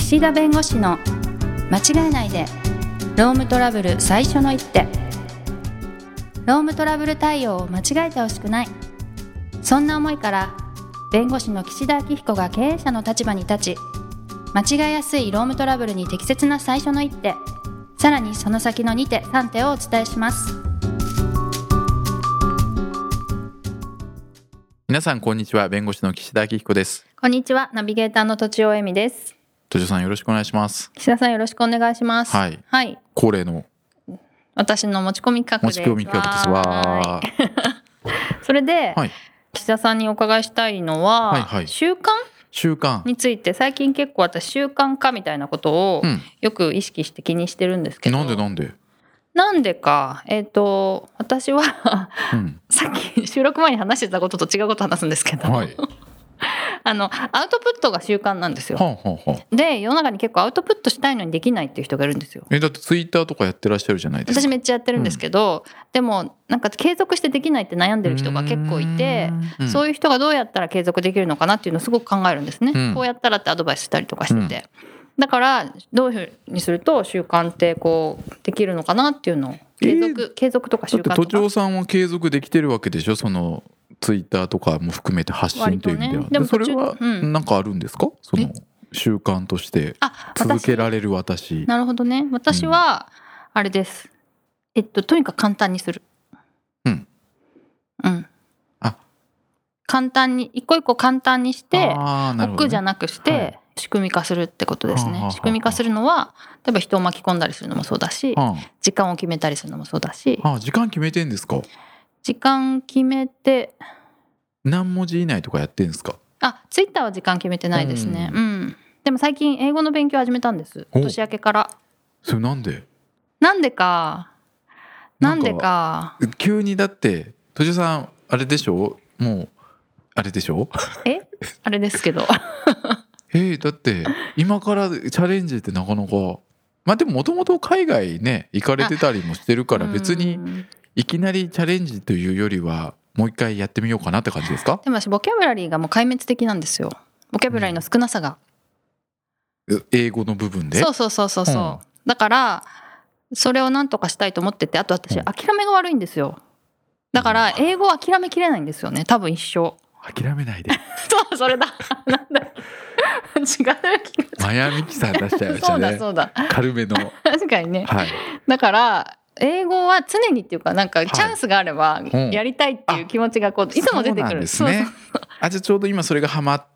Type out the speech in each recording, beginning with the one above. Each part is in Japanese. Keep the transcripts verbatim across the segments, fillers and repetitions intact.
岸田弁護士の間違えないでロームトラブル最初の一手。ロームトラブル対応を間違えてほしくない、そんな思いから弁護士の岸田明彦が経営者の立場に立ち、間違えやすいロームトラブルに適切な最初の一手、さらにその先のに手さん手をお伝えします。 皆さんこんにちは。弁護士の岸田明彦です。 こんにちは。ナビゲーターのとちおえみです。 とちおさんよろしくお願いします。 岸田さんよろしくお願いします。 はい、 はい、 恒例の私の持ち込み企画です。 持ち込み企画ですわそれで、 はい、 岸田さんにお伺いしたいのは、はいはい、習慣習慣について。最近結構私習慣化みたいなことをよく意識して気にしてるんですけど、 うん、なんでなんでなんでか、えーと、私は、うん、さっき収録前に話してたことと違うこと話すんですけど、はい、あのアウトプットが習慣なんですよ。はあはあ、で世の中に結構アウトプットしたいのにできないっていう人がいるんですよ。 えだってツイッターとかやってらっしゃるじゃないですか。 私めっちゃやってるんですけど、うん、でもなんか継続してできないって悩んでる人が結構いて、うん、そういう人がどうやったら継続できるのかなっていうのをすごく考えるんですね、うん、こうやったらってアドバイスしたりとかしてて、うん、だからどういうふうにすると習慣ってこうできるのかなっていうのを継続、えー、継続とか習慣とか。 だって都庁さんは継続できてるわけでしょ。そのツイッターとかも含めて発信という意味では、ね、でもそれは何かあるんですか、うん、その習慣として続けられる私。 なるほどね。私はあれです、えっととにかく簡単にする。うんうんあ簡単に一個一個簡単にして置くじゃなくして、はい、仕組み化するってことですね。はあはあはあ、仕組み化するのは例えば人を巻き込んだりするのもそうだし、はあ、時間を決めたりするのもそうだし、 はあ、時間決めてんですか。 時間決めて何文字以内とかやってんですか。 あ、ツイッターは時間決めてないですね、うんうん、でも最近英語の勉強始めたんです。年明けから。 それなんでなんでかなんでか急に。だってとちおさんあれでしょ、もうあれでしょえあれですけどえー、だって今からチャレンジってなかなか。まあでももともと海外ね行かれてたりもしてるから、別にいきなりチャレンジというよりはもう一回やってみようかなって感じですか。 でも私ボキャブラリーがもう壊滅的なんですよ。ボキャブラリーの少なさが、 うん、英語の部分で。 そうそうそうそうそう、うん、だからそれをなんとかしたいと思ってて、あと私諦めが悪いんですよ。だから英語は諦めきれないんですよね、多分一生。 諦めないでそうそれだなんだ違う気がマヤミキさん出しちゃいましたね。 そうだそうだ軽めの確かにね、はい、だから英語は常にっていうか、なんかチャンスがあればやりたいっていう気持ちがこう、はい、いつも出てくる。 そうなんですね。あ、じゃあちょうど今それがハマって、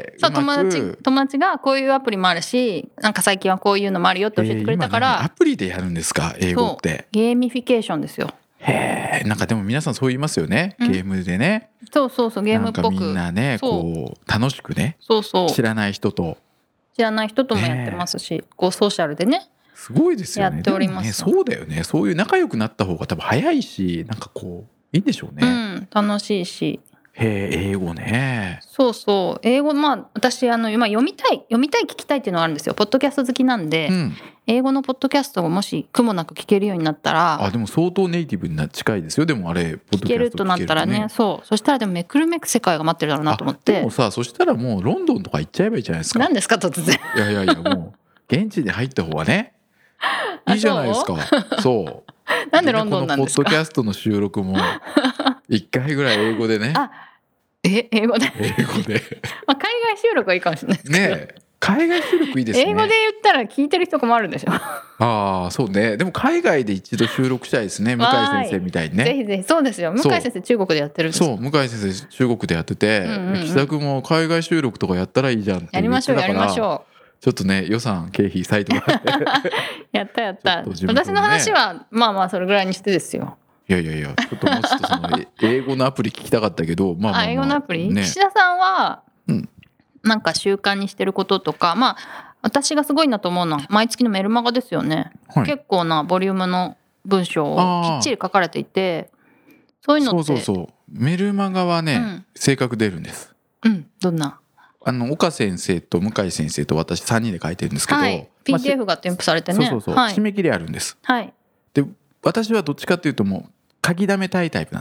そう、友達友達がこういうアプリもあるし、なんか最近はこういうのもあるよって教えてくれたから、 えー、アプリでやるんですか英語って。 ゲーミフィケーションですよ。 へえ、なんかでも皆さんそう言いますよね、ゲームでね、 うん、そうそうそう、ゲームっぽくなんかみんなねこう楽しくね、 そうそう知らない人と知らない人ともやってますし、こうソーシャルでねすごいですよね。 やっております。 ね、そうだよね。そういう仲良くなった方が多分早いし、なんかこういいんでしょうね。 うん、楽しいし。 へえ、英語ね。 そうそう、英語、まあ私あの今読みたい読みたい聞きたいっていうのがあるんですよ。ポッドキャスト好きなんで、うん、英語のポッドキャストをもし苦もなく聞けるようになったら。 あ、でも相当ネイティブにな近いですよ。でもあれポッドキャスト聞けるとなったらね、そう。そしたらでもめくるめく世界が待ってるだろうなと思って。 でもさ、そしたらもうロンドンとか行っちゃえばいいじゃないですか。 何ですか突然。 いやいやいや、もう現地で入った方がねいいじゃないですか。そう。 なんでロンドンなんですか。 このポッドキャストの収録もいっかいぐらい英語でね。 あ、え英語で。 英語で。 まあ海外収録はいいかもしれないですけど。ね、 海外収録いいですね。 英語で言ったら聞いてる人困るでしょ。 ああ、そうね。でも海外で一度収録したいですね。向井先生みたいにね。 ぜひぜひ。そうですよ。向井先生中国でやってるんですよ。 そう、向井先生中国でやってて、うんうんうん、岸田君も海外収録とかやったらいいじゃんって言ってたから。やりましょうやりましょう。ちょっとね予算経費割いてもらってやったやった、ね、私の話はまあまあそれぐらいにしてですよ。 いやいやいや、ちょっともうちょっとその英語のアプリ聞きたかったけど、まあまあ、まあ、 あ、英語のアプリ、ね、岸田さんは、うん、なんか習慣にしてることとか、まあ私がすごいなと思うのは毎月のメルマガですよね、はい、結構なボリュームの文章をきっちり書かれていて、そういうのって。 そうそうそう、メルマガはね、うん、性格出るんです。 うん、どんな。 あの岡先生と向井先生と私さんにんで書いてるんですけど、はい、 ピーディーエフ が添付されてね、 そうそうそう、はい、締め切りあるんです、 はい、 で私はどっちかっていうともう書き溜めたいタイプなんです。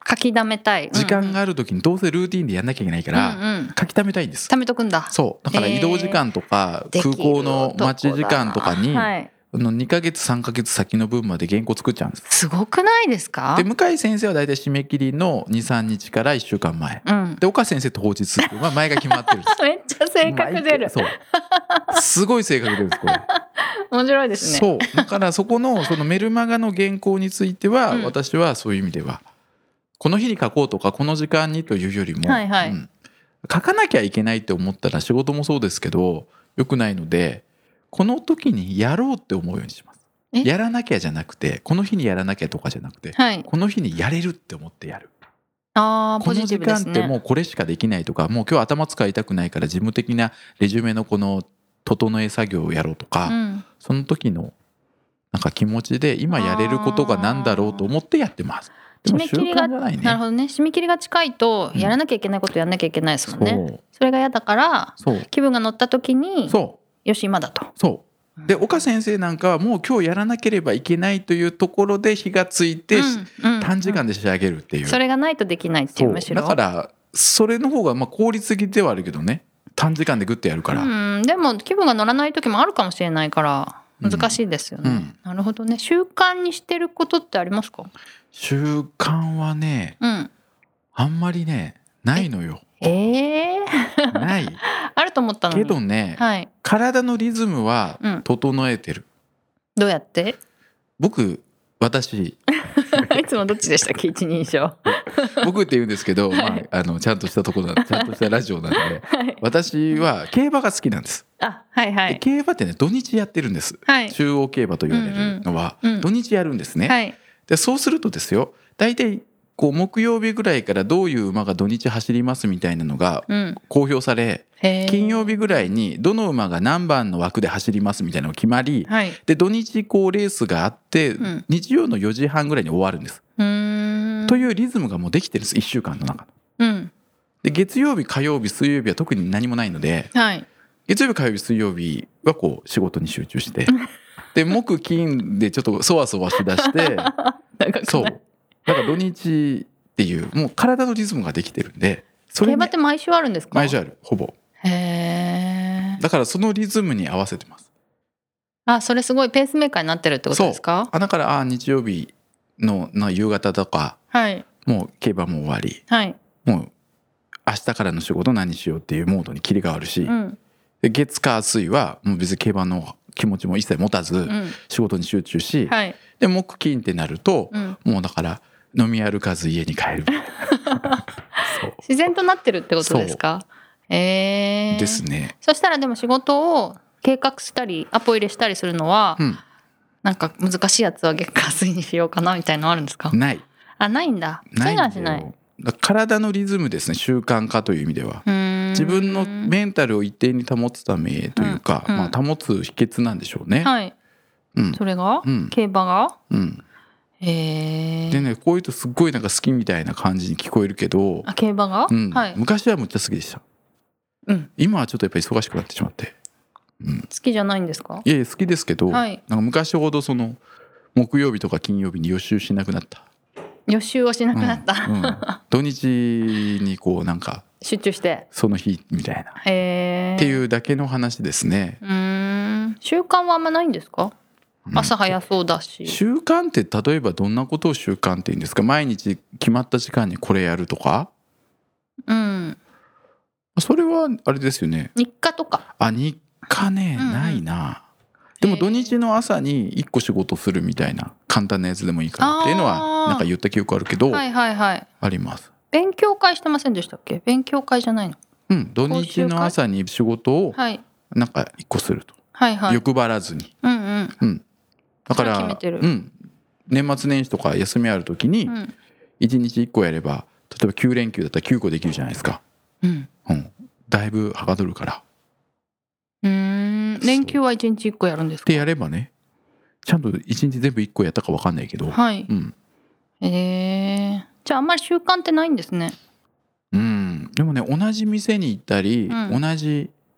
書き溜めたい。 時間がある時にどうせルーティンでやんなきゃいけないから、 うんうん、 書き溜めたいんです。 溜めとくんだ。 そうだから移動時間とか、えー、空港の待ち時間とかに、はい、にかげつさんかげつ先の分まで原稿作っちゃうんです。 すごくないですか？ で向井先生はだいたい締め切りの にさんにちからいっしゅうかんまえ、うん、で岡先生当日、まあ、前が決まってるんですめっちゃ性格出る。 そうすごい性格出るんですこれ。 面白いですね。 そうだからそこのそのメルマガの原稿については、うん、私はそういう意味ではこの日に書こうとかこの時間にというよりも、はいはい、うん、書かなきゃいけないって思ったら仕事もそうですけど良くないので、この時にやろうって思うようにします。やらなきゃじゃなくて、この日にやらなきゃとかじゃなくて、はい、この日にやれるって思ってやる。 あー、 この時間ってもうこれしかできないとか、もう今日頭使いたくないから事務的なレジュメのこの整え作業をやろうとか、うん、その時のなんか気持ちで今やれることが何だろうと思ってやってます。 締め切りが、ね、なるほどね。締め切りが近いとやらなきゃいけないことやらなきゃいけないですもんね。うん、そ, それが嫌だから気分が乗った時によし今だと。 そうで岡先生なんかはもう今日やらなければいけないというところで火がついて、うんうん、短時間で仕上げるっていう、 それがないとできないっていう、むしろだからそれの方がまあ効率的ではあるけどね、短時間でグッてやるから、 うん、でも気分が乗らない時もあるかもしれないから難しいですよね、うんうん、なるほどね。習慣にしてることってありますか？ 習慣はね、うん、あんまりねないのよ。 えー、 ないあると思ったのにけどね、 はい、 体のリズムは整えてる、 うん、どうやって？ 僕私いつもどっちでしたっけ一人称僕って言うんですけど、まあ、あのちゃんとしたところちゃんとしたラジオなんで、はい、私は競馬が好きなんです。 あ、はいはい、 で競馬ってね土日やってるんです、はい、中央競馬と言われるのは、うんうん、土日やるんですね、はい、でそうするとですよ、大体こう木曜日ぐらいからどういう馬が土日走りますみたいなのが公表され、うん、金曜日ぐらいにどの馬が何番の枠で走りますみたいなのが決まり、はい、で土日こうレースがあって、うん、日曜のよじはんぐらいに終わるんです。うーんというリズムがもうできてるんです、いっしゅうかんの中の、うん、で月曜日火曜日水曜日は特に何もないので、はい、月曜日火曜日水曜日はこう仕事に集中してで木金でちょっとそわそわしだしてそうだから土日っていうもう体のリズムができてるんで、 それ競馬って毎週あるんですか？ 毎週ある、ほぼ。へー。だからそのリズムに合わせてます。 あ、それすごいペースメーカーになってるってことですか？ そうあだからあ日曜日 の, の夕方とか、はい、もう競馬も終わり、はい、もう明日からの仕事何しようっていうモードに切り替わるし、うん、で月火水はもう別に競馬の気持ちも一切持たず、うん、仕事に集中し、はい、で木金ってなると、うん、もうだから飲み歩かず家に帰るそう自然となってるってことですか？えー、 ですね。 そしたらでも仕事を計画したりアポ入れしたりするのは、うん、なんか難しいやつは月火水にしようかなみたいなのあるんですか？ ない。 あ、ないんだ。そういうのはしない。 体のリズムですね、習慣化という意味では。自分のメンタルを一定に保つためというか、うんうん、まあ、保つ秘訣なんでしょうね。はい、うん、それが、うん、競馬が、うんへでね、こういうとすっごいなんか好きみたいな感じに聞こえるけど、 あ競馬が、 うんはい、 昔はむっちゃ好きでした、うん、今はちょっとやっぱり忙しくなってしまって、 うん、好きじゃないんですか？ いやいや好きですけど、はい、なんか昔ほどその木曜日とか金曜日に予習しなくなった。 予習をしなくなった、 うんうん、土日にこうなんか集中してその日みたいなへっていうだけの話ですね。 うーん習慣はあんまないんですか？朝早そうだし、 うん、習慣って例えばどんなことを習慣って言うんですか？毎日決まった時間にこれやるとか、うんそれはあれですよね。 日課とか。 あ日課ね、うんうん、ないな。でも土日の朝にいっこ仕事するみたいな簡単なやつでもいいからっていうのはなんか言った記憶あるけど、はいはいはい、あります。 勉強会してませんでしたっけ？勉強会じゃないの？ うん土日の朝に仕事をなんかいっこすると、はいはい、欲張らずに、うんうんうん、だから、うん、年末年始とか休みある時にいちにちいっこやれば例えばきゅう連休だったらきゅうこできるじゃないですか、うんうん、だいぶはかどるから。 うーん連休はいちにちいっこやるんですか？ ってやればねちゃんといちにち全部いっこやったか分かんないけど、はいうん、 えー、じゃああんまり習慣ってないんですね。 うんでもね同じ店に行ったり、うん、同じ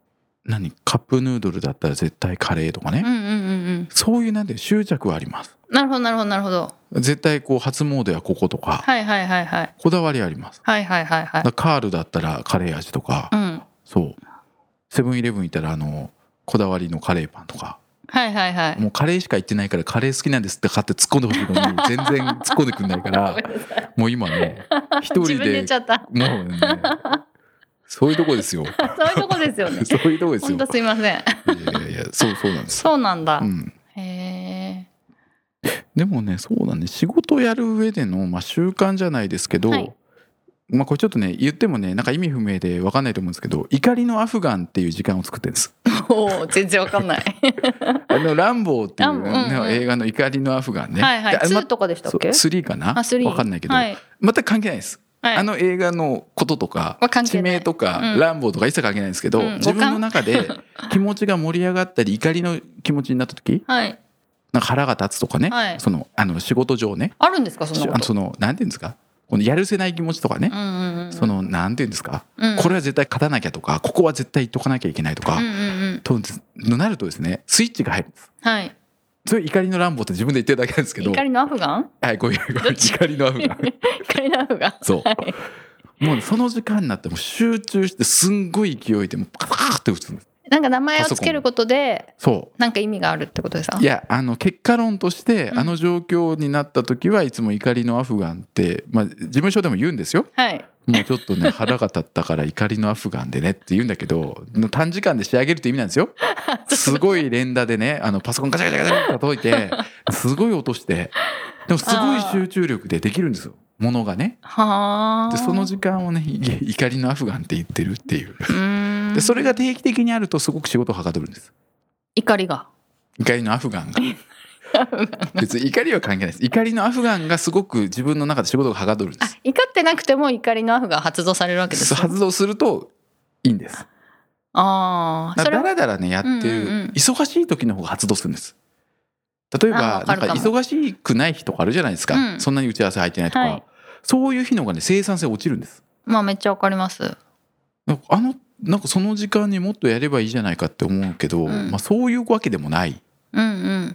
何カップヌードルだったら絶対カレーとかね、 うんうんうんうん、 そういうなんて執着はあります。 なるほどなるほどなるほど。 絶対こう初詣はこことか、 はいはいはいはい、 こだわりあります。 はいはいはいはい、 だカールだったらカレー味とか、 うん、 そうセブンイレブン行ったらあのこだわりのカレーパンとか、 はいはいはい、 もうカレーしか言ってないからカレー好きなんですって買って突っ込んでほしいのに全然突っ込んでくんないからもう今ね一人自分で言でっちゃった。 もうねそういうとこですよそういうとこですよねそういうとこですよ。 本当すいません。 いやいやいやそうそうなんです。 そうなんだ、 うん、 へえ。でもねそうだね仕事やる上での、まあ、習慣じゃないですけど、はい、まあこれちょっとね言ってもねなんか意味不明で分かんないと思うんですけど、怒りのアフガンっていう時間を作ってるんです。 お全然分かんないあのランボーっていう、ねうんうん、 映画の怒りのアフガンね、 はいはい、ツーとかでしたっけ？ スリーかな、分かんないけど、はい、全く関係ないです、はい、あの映画のこととか地名とか、うん、ランボーとか一切関係ないんですけど、うん、自分の中で気持ちが盛り上がったり怒りの気持ちになった時、はい、なんか腹が立つとかね、はい、そのあの仕事上ねあるんですかそんなこと？ あのそのなんていうんですかこのやるせない気持ちとかね、うんうんうん、そのなんていうんですか、うん、これは絶対勝たなきゃとかここは絶対言っとかなきゃいけないとか、うんうんうん、となるとですねスイッチが入るんです、はい、それ怒りの乱暴って自分で言ってるだけなんですけど、 怒りのアフガン、 はいこういう怒りのアフガン怒りのアフガンそう、 はい、 もうその時間になってもう集中してすんごい勢いでもうパカーって打つんです。 なんか名前をつけることでそうなんか意味があるってことですか？ いやあの結果論としてあの状況になった時はいつも怒りのアフガンって、まあ、事務所でも言うんですよ、はい、もうちょっとね腹が立ったから怒りのアフガンでねって言うんだけど短時間で仕上げるって意味なんですよすごい連打でねあのパソコンガチャガチャガチャって叩いてすごい落としてでもすごい集中力でできるんですよものがね。はでその時間をね怒りのアフガンって言ってるっていうでそれが定期的にあるとすごく仕事はかどるんです。 怒りが怒りのアフガンが別に怒りは関係ないです。怒りのアフガンがすごく自分の中で仕事がはかどるんです。 あ怒ってなくても怒りのアフガン発動されるわけですか？ 発動するといいんです。ああだらだらねやってる、うんうんうん、忙しい時の方が発動するんです。例えばなんか忙しくない日とかあるじゃないですか、うん、そんなに打ち合わせ入ってないとか、はい、そういう日の方がね生産性落ちるんです。 まあめっちゃわかります。 あのなんかその時間にもっとやればいいじゃないかって思うけど、うん、まあそういうわけでもない、うんうん、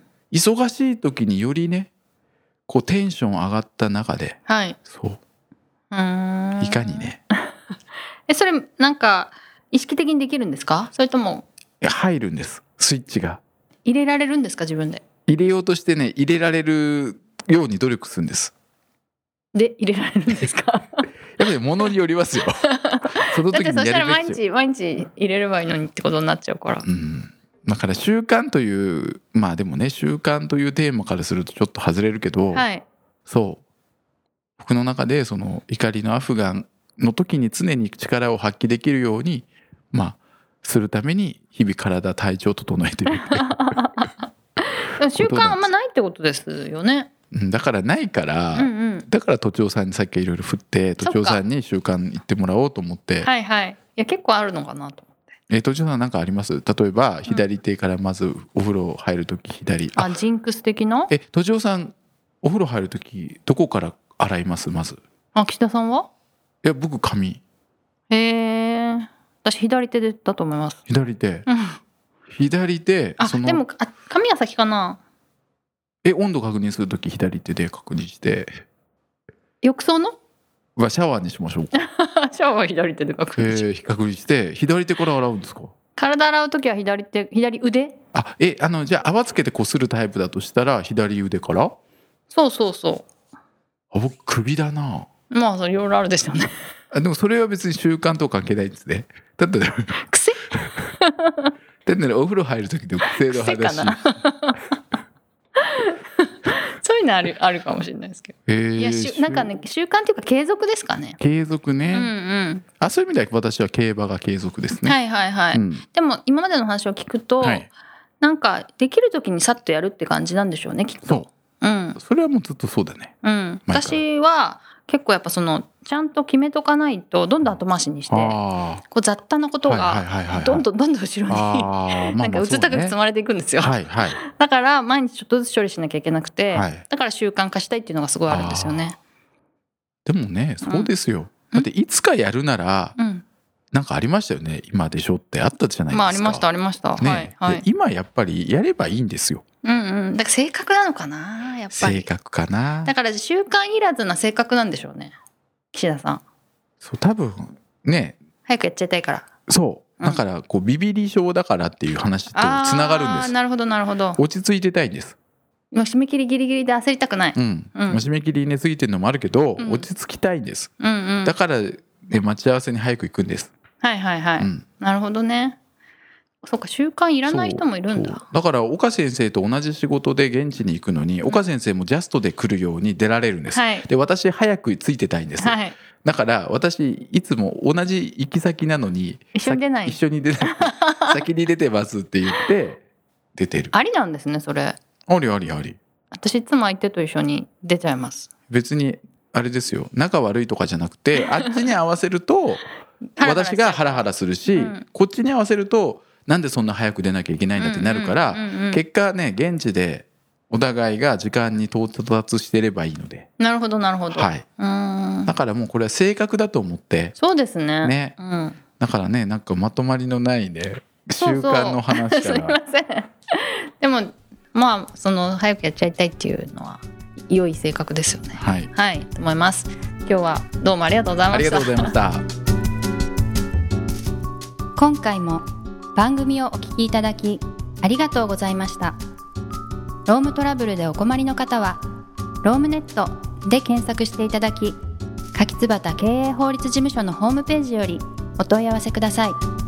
忙しい時によりねこうテンション上がった中で、はい、そううーんいかにねえそれなんか意識的にできるんですか？それともいや入るんですスイッチが入れられるんですか？自分で入れようとしてね入れられるように努力するんです。 で入れられるんですか？ やっぱり物によりますよその時にやるべき。だってそしたら毎日毎日入れればいいのにってことになっちゃうから、うん、 だから習慣というまあでもね習慣というテーマからするとちょっと外れるけど、はい、そう僕の中でその怒りのアフガンの時に常に力を発揮できるようにまあするために日々体体調を整えている習慣あんまないってことですよね。 だからないから、うんうん、だから都庁さんにさっきいろいろ振って都庁さんに習慣行ってもらおうと思って。 はいはい。いや結構あるのかなと思って。 え都庁さんなんかあります？例えば左手からまずお風呂入るとき左、うん、 あ, あジンクス的な？ え都庁さんお風呂入るときどこから洗いますまず？ あ岸田さんは？ いや僕髪。 へえ私左手でだと思います。 左手、うん、左手あそのでもあ髪が先かな。 え温度確認するとき左手で確認して浴槽のはシャワーにしましょうかシャワーは左手で確認し、 えー、確認して左手から洗うんですか？ 体洗うときは左手左腕あえあのじゃあ泡つけてこするタイプだとしたら左腕からそうそうそうあ僕首だな。 まあそれいろいろあるでしょうねあでもそれは別に習慣と関係ないんですね。だって癖だってお風呂入るときで癖の話そういうのある、あるかもしれないですけど、えー、いやしなんかね習慣っていうか継続ですかね。 継続ね、 うんうん、 あそういう意味では私は競馬が継続ですね。 はいはいはい、うん、でも今までの話を聞くと、はい、なんかできる時にさっとやるって感じなんでしょうねきっと。 そう、うん、それはもうずっとそうだね、うん、 私は結構やっぱそのちゃんと決めとかないとどんどん後回しにしてこう雑多なことがどんどんどんどん後ろになんかうつ高く積まれていくんですよ、はいはい、だから毎日ちょっとずつ処理しなきゃいけなくて、はい、だから習慣化したいっていうのがすごいあるんですよね。 でもねそうですよ、うん、だっていつかやるなら、うん、 なんかありましたよね。今でしょってあったじゃないですか。 まあありましたありました、 ね、 はいはい、 今やっぱりやればいいんですよ。 うんうん、だから性格なのかな、やっぱり性格かな。 だから習慣いらずな性格なんでしょうね、岸田さん。 そう多分ね、 早くやっちゃいたいから。 そうだからこうビビり症だからっていう話とつながるんです。 あーなるほどなるほど。 落ち着いてたいんです。 もう締め切りギリギリで焦りたくない、 うんうん、 締め切りね過ぎてるのもあるけど、 うん、 落ち着きたいんです、 うんうん、 だから、ね、待ち合わせに早く行くんです。 はいはいはい、うん、なるほどね。そうか、習慣いらない人もいるんだ。 だから岡先生と同じ仕事で現地に行くのに、岡先生もジャストで来るように出られるんです、はい、で私早く着いてたいんです、はい、だから私いつも同じ行き先なのに一緒に出ない一緒に出ない先に出てますって言って出てる。 ありなんですねそれ。 ありありあり。 私いつも相手と一緒に出ちゃいます。 別にあれですよ、仲悪いとかじゃなくてあっちに合わせると私がハラハラするし、うん、こっちに合わせるとなんでそんな早く出なきゃいけないんだってなるから、結果ね現地でお互いが時間に到達してればいいので。 なるほどなるほど、はい、うーんだからもうこれは性格だと思って。 そうですね、 ね、うん、だからねなんかまとまりのないね習慣の話から。 すいませんでもまあその早くやっちゃいたいっていうのは良い性格ですよね。 はい、 はい、と思います。今日はどうもありがとうございました。 ありがとうございました今回も番組をお聞きいただきありがとうございました。ロームトラブルでお困りの方はロームネットで検索していただき、柿椿経営法律事務所のホームページよりお問い合わせください。